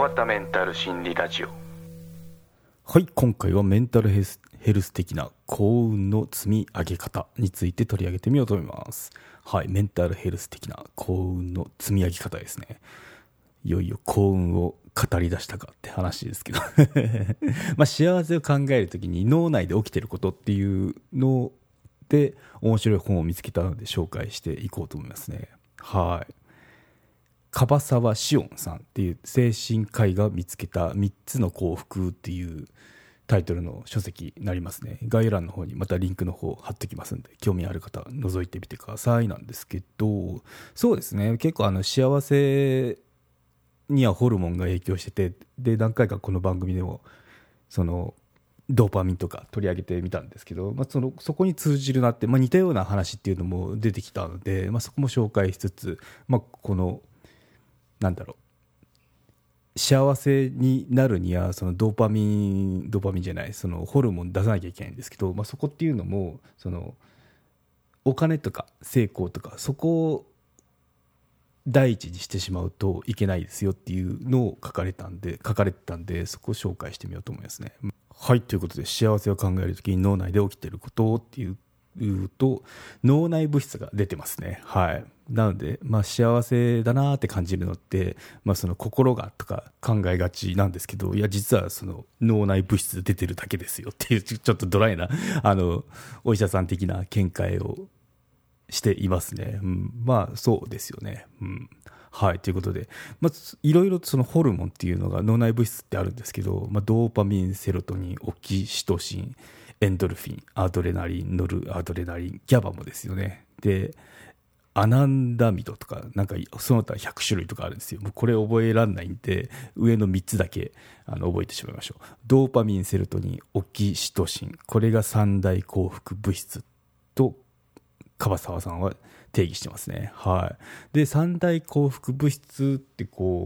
川田メンタル心理ラジオ。 はい、今回はメンタルヘルス的な幸運の積み上げ方について取り上げてみようと思います。はい、メンタルヘルス的な幸運の積み上げ方ですね。いよいよ幸運を語り出したかって話ですけどまあ幸せを考えるときに脳内で起きてることっていうので面白い本を見つけたので紹介していこうと思いますね。はい、樺沢志音さんっていう精神科医が見つけた3つの幸福っていうタイトルの書籍になりますね。概要欄の方にまたリンクの方貼っておきますんで、興味ある方覗いてみてくださいなんですけど、そうですね、結構幸せにはホルモンが影響してて、で何回かこの番組でもそのドーパミンとか取り上げてみたんですけど、そこに通じるなって、似たような話っていうのも出てきたので、そこも紹介しつつ、このなんだろう、幸せになるにはそのドーパミンじゃない、そのホルモン出さなきゃいけないんですけど、そこっていうのもそのお金とか成功とかそこを第一にしてしまうといけないですよっていうのを書かれてたんで、そこを紹介してみようと思いますね。はい、ということで、幸せを考えるときに脳内で起きていることっていうと脳内物質が出てますね。はい、なので、幸せだなって感じるのって、その心がとか考えがちなんですけど、いや実はその脳内物質出てるだけですよっていうちょっとドライなお医者さん的な見解をしていますね。そうですよね。はい、ということで、いろいろそのホルモンっていうのが脳内物質ってあるんですけど、ドーパミン、セロトニン、オキシトシン、エンドルフィン、アドレナリン、ノルアドレナリン、ギャバもですよね。でアナンダミドとかなんかその他100種類とかあるんですよ。もうこれ覚えらんないんで上の3つだけ覚えてしまいましょう。ドーパミン、セロトニン、オキシトシン、これが三大幸福物質と樺沢さんは定義してますね。はい、で三大幸福物質って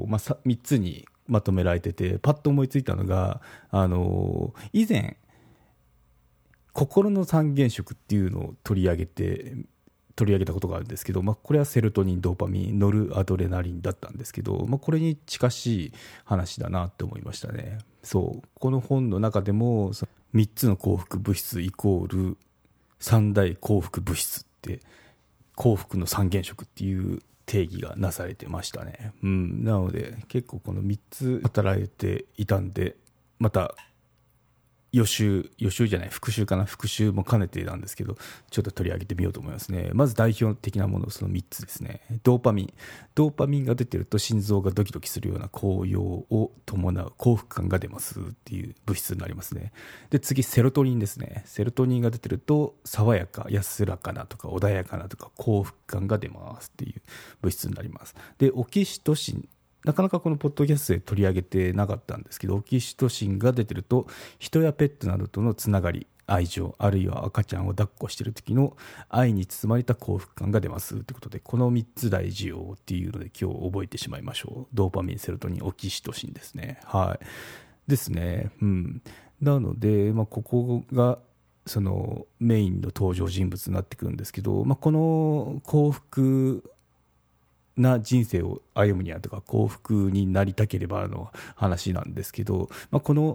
3つにまとめられてて、パッと思いついたのが以前心の三原色っていうのを取り上げたことがあるんですけど、これはセロトニン、ドーパミン、ノルアドレナリンだったんですけど、これに近しい話だなって思いましたね。そう、この本の中でも3つの幸福物質イコール三大幸福物質って幸福の三原色っていう定義がなされてましたね。なので結構この3つ働いていたんで、また復習も兼ねてなんですけど、ちょっと取り上げてみようと思いますね。まず代表的なもの、その3つですね。ドーパミンが出てると心臓がドキドキするような高揚を伴う幸福感が出ますっていう物質になりますね。で次セロトニンですね。セロトニンが出てると爽やか、安らかなとか穏やかなとか幸福感が出ますっていう物質になります。でオキシトシン、なかなかこのポッドキャストで取り上げてなかったんですけど、オキシトシンが出てると人やペットなどとのつながり、愛情、あるいは赤ちゃんを抱っこしている時の愛に包まれた幸福感が出ますということで、この3つ大事よっていうので今日覚えてしまいましょう。ドーパミン、セロトニン、オキシトシンですね。はいですね。なので、ここがそのメインの登場人物になってくるんですけど、この幸福な人生を歩むにはとか幸福になりたければの話なんですけど、この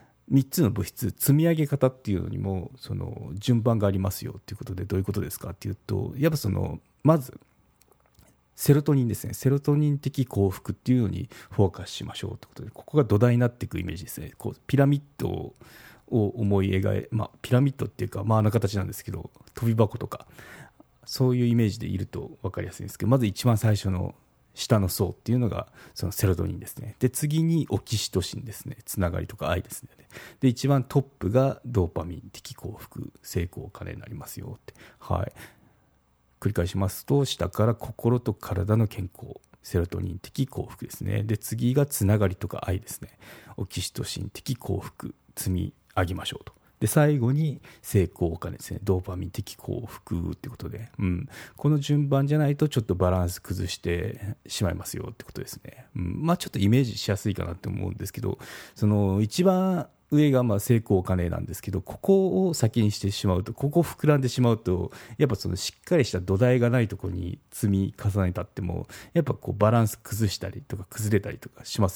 3つの物質積み上げ方っていうのにもその順番がありますよっていうことで、どういうことですかっていうと、やっぱまずセロトニンですね。セロトニン的幸福っていうのにフォーカスしましょうということで、ここが土台になっていくイメージですね。ピラミッドを思い描い、ピラミッドっていうかあの形なんですけど、飛び箱とかそういうイメージでいると分かりやすいんですけど、まず一番最初の下の層っていうのがそのセロトニンですね。で次にオキシトシンですね。つながりとか愛ですね。で一番トップがドーパミン的幸福、成功、金になりますよって。はい、繰り返しますと、下から心と体の健康、セロトニン的幸福ですね。で次がつながりとか愛ですね。オキシトシン的幸福、積み上げましょうと。で最後に成功、お金ですね。ドーパミン的幸福ってことで、この順番じゃないとちょっとバランス崩してしまいますよってことですね。ちょっとイメージしやすいかなって思うんですけど、その一番上が成功、お金なんですけど、ここを先にしてしまうと、ここ膨らんでしまうと、やっぱそのしっかりした土台がないところに積み重ねたってもやっぱバランス崩したりとか崩れたりとかしますよね。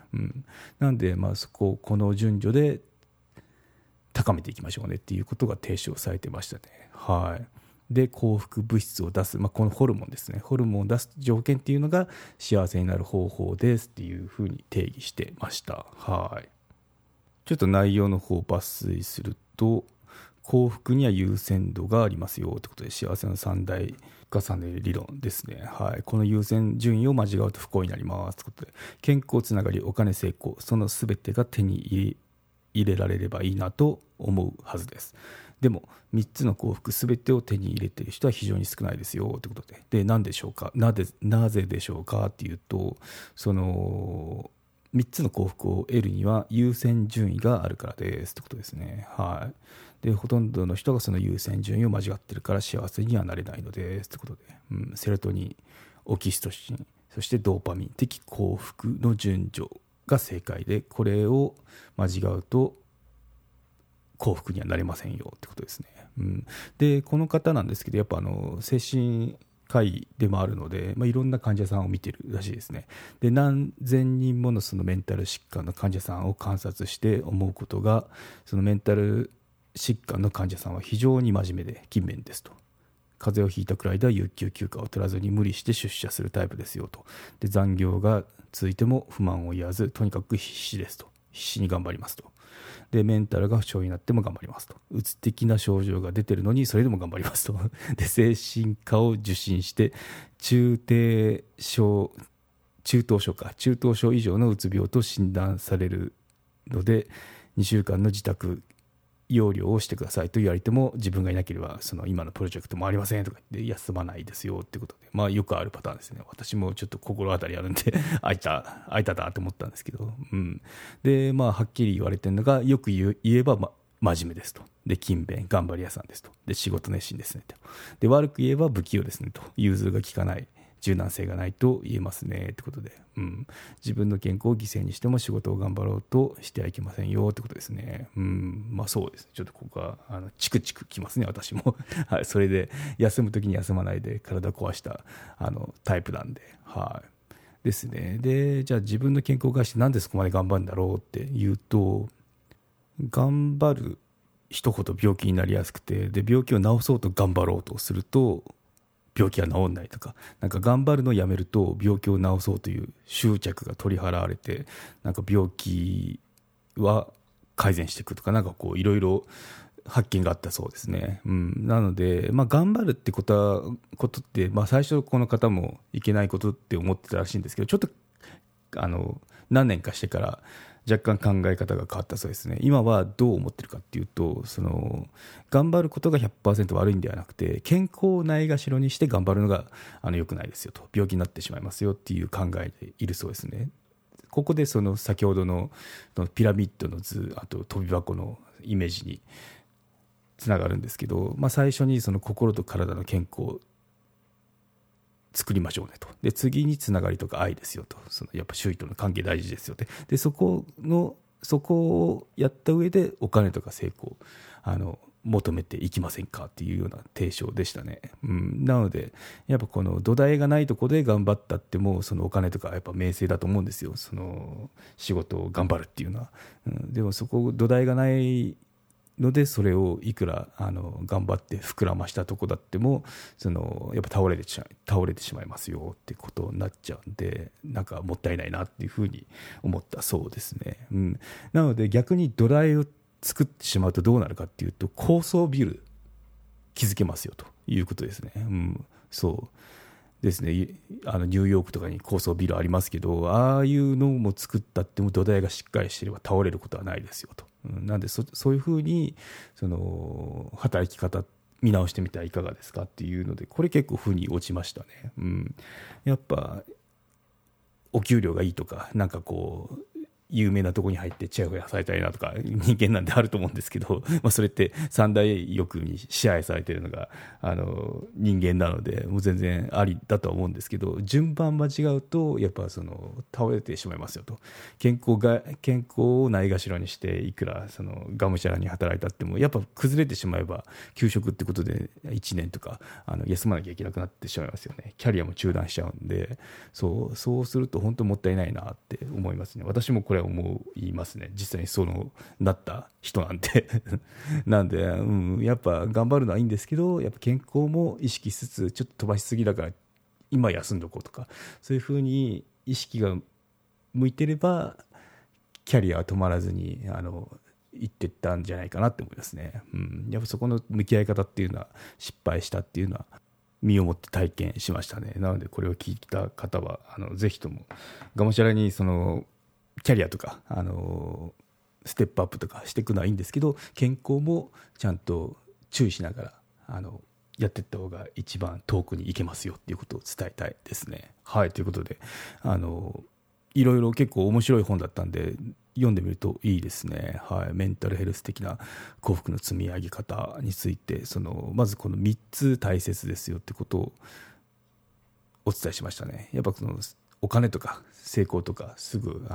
なんでこの順序で高めていきましょうねっていうことが提唱されてましたね。はい。で幸福物質を出す、このホルモンですね、ホルモンを出す条件っていうのが幸せになる方法ですっていうふうに定義してました。はい。ちょっと内容の方を抜粋すると、幸福には優先度がありますよということで、幸せの三大重ね理論ですね。はい。この優先順位を間違うと不幸になりますということで、健康つながり、お金、成功、その全てが手に入れられればいいなと思うはずです。でも3つの幸福全てを手に入れている人は非常に少ないですよということで、何でしょうか、なぜでしょうかっていうと、その3つの幸福を得るには優先順位があるからですということですね。はい。でほとんどの人がその優先順位を間違ってるから幸せにはなれないのですということで、セロトニン、オキシトシン、そしてドーパミン的幸福の順序が正解で、これを間違うと幸福にはなれませんよってことですね。でこの方なんですけど、やっぱ精神科医でもあるので、いろんな患者さんを見てるらしいですね。で何千人ものそのメンタル疾患の患者さんを観察して思うことが、そのメンタル疾患の患者さんは非常に真面目で勤勉ですと。風邪をひいたくらいでは有給休暇を取らずに無理して出社するタイプですよと。で残業が続いても不満を言わず、とにかく必死ですと。必死に頑張りますと。でメンタルが不調になっても頑張りますと。うつ的な症状が出てるのにそれでも頑張りますと。で精神科を受診して中等症以上のうつ病と診断されるので、2週間の自宅療養をしてくださいと言われても、自分がいなければその今のプロジェクトもありませんとか言って休まないですよってことで、よくあるパターンですね。私もちょっと心当たりあるんであいただと思ったんですけど、ではっきり言われてるのが、よく言えば、真面目ですと。で勤勉、頑張り屋さんですと。で仕事熱心ですねと。で悪く言えば不器用ですねと。融通が利かない、柔軟性がないと言えますねってことで、自分の健康を犠牲にしても仕事を頑張ろうとしてはいけませんよってことですね。そうですね。ちょっとここはチクチクきますね、私もはい。それで休む時に休まないで体壊したタイプなんで、はいですね。でじゃあ自分の健康を害してなんでそこまで頑張るんだろうっていうと、頑張る人ほど病気になりやすくて、で病気を治そうと頑張ろうとすると病気は治んないとか、頑張るのをやめると病気を治そうという執着が取り払われて、病気は改善していくとか、いろいろ発見があったそうですね。なので、頑張るってことって、最初この方もいけないことって思ってたらしいんですけど、ちょっと何年かしてから若干考え方が変わったそうですね。今はどう思ってるかっていうと、頑張ることが 100% 悪いんではなくて、健康をないがしろにして頑張るのが良くないですよと。病気になってしまいますよっていう考えでいるそうですね。ここで先ほどのピラミッドの図、あと飛び箱のイメージにつながるんですけど、最初に心と体の健康作りましょうねと。で次につながりとか愛ですよと。やっぱ周囲との関係大事ですよって。でそこをやった上でお金とか成功求めていきませんかっていうような提唱でしたね。なのでやっぱこの土台がないところで頑張ったっても、お金とかやっぱ名声だと思うんですよ。仕事を頑張るっていうのは、でもそこ土台がないので、それをいくら頑張って膨らましたとこだってもやっぱ倒れてしまいますよってことになっちゃうんで、もったいないなっていうふうに思ったそうですね。なので逆に土台を作ってしまうとどうなるかっていうと、高層ビル築けますよということですね。そうですね。ニューヨークとかに高層ビルありますけど、ああいうのも作ったっても土台がしっかりしていれば倒れることはないですよと。なんでそういうふうに働き方見直してみてはいかがですかっていうので、これ結構腑に落ちましたね。やっぱお給料がいいとか、 有名なとこに入ってチヤホヤされたいなとか人間なんであると思うんですけど、それって三大欲に支配されているのが人間なので、もう全然ありだとは思うんですけど、順番間違うとやっぱ倒れてしまいますよと。健康をないがしろにしていくらがむしゃらに働いたってもやっぱ崩れてしまえば休職ってことで1年とか休まなきゃいけなくなってしまいますよね。キャリアも中断しちゃうんで、そうすると本当もったいないなって思いますね。私もこれは思いますね。実際になった人なんでなんで、やっぱ頑張るのはいいんですけど、やっぱ健康も意識しつつ、ちょっと飛ばしすぎだから今休んどこうとか、そういうふうに意識が向いてればキャリアは止まらずに行ってったんじゃないかなって思いますね。やっぱそこの向き合い方っていうのは、失敗したっていうのは身をもって体験しましたね。なのでこれを聞いた方はぜひともがむしゃらにキャリアとかステップアップとかしていくのはいいんですけど、健康もちゃんと注意しながらやっていった方が一番遠くに行けますよっていうことを伝えたいですね。はい、ということでいろいろ結構面白い本だったんで読んでみるといいですね。はい、メンタルヘルス的な幸福の積み上げ方について、まずこの3つ大切ですよってことをお伝えしましたね。やっぱお金とか成功とかすぐ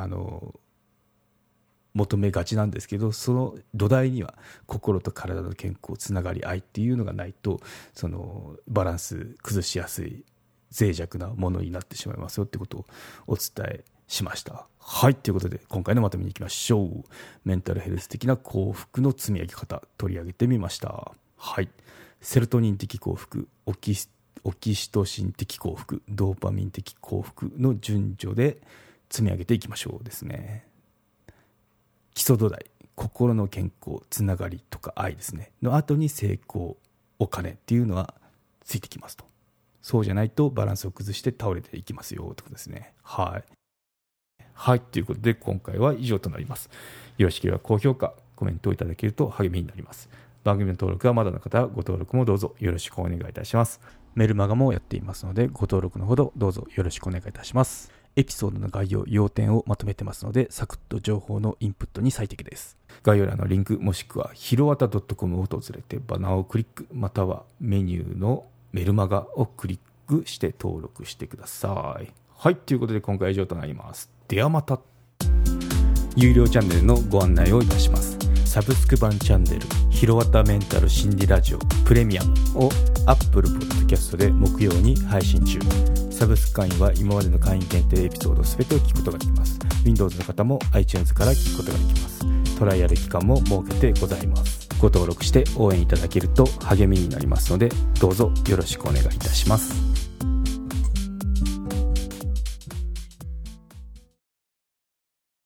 求めがちなんですけど、その土台には心と体の健康、つながり、愛っていうのがないとバランス崩しやすい脆弱なものになってしまいますよってことをお伝えしました。はい、ということで今回のまとめに行きましょう。メンタルヘルス的な幸福の積み上げ方取り上げてみました。はい、セロトニン的幸福、オキシトシン的幸福、ドーパミン的幸福の順序で積み上げていきましょうですね。基礎土台、心の健康、つながりとか愛ですねの後に成功、お金っていうのはついてきますと。そうじゃないとバランスを崩して倒れていきますよってことですね。はい、ということで今回は以上となります。よろしければ高評価、コメントをいただけると励みになります。番組の登録はまだの方はご登録もどうぞよろしくお願いいたします。メルマガもやっていますのでご登録のほどどうぞよろしくお願いいたします。エピソードの概要、要点をまとめてますのでサクッと情報のインプットに最適です。概要欄のリンクもしくはひろわた .com を訪れてバナーをクリック、またはメニューのメルマガをクリックして登録してください。はい、ということで今回は以上となります。ではまた。有料チャンネルのご案内をいたします。サブスク版チャンネルひろわたメンタル心理ラジオプレミアムを Apple Podcast で木曜に配信中。サブスク会員は今までの会員限定エピソード全てを聞くことができます。 Windows の方も iTunes から聞くことができます。トライアル期間も設けてございます。ご登録して応援いただけると励みになりますのでどうぞよろしくお願いいたします。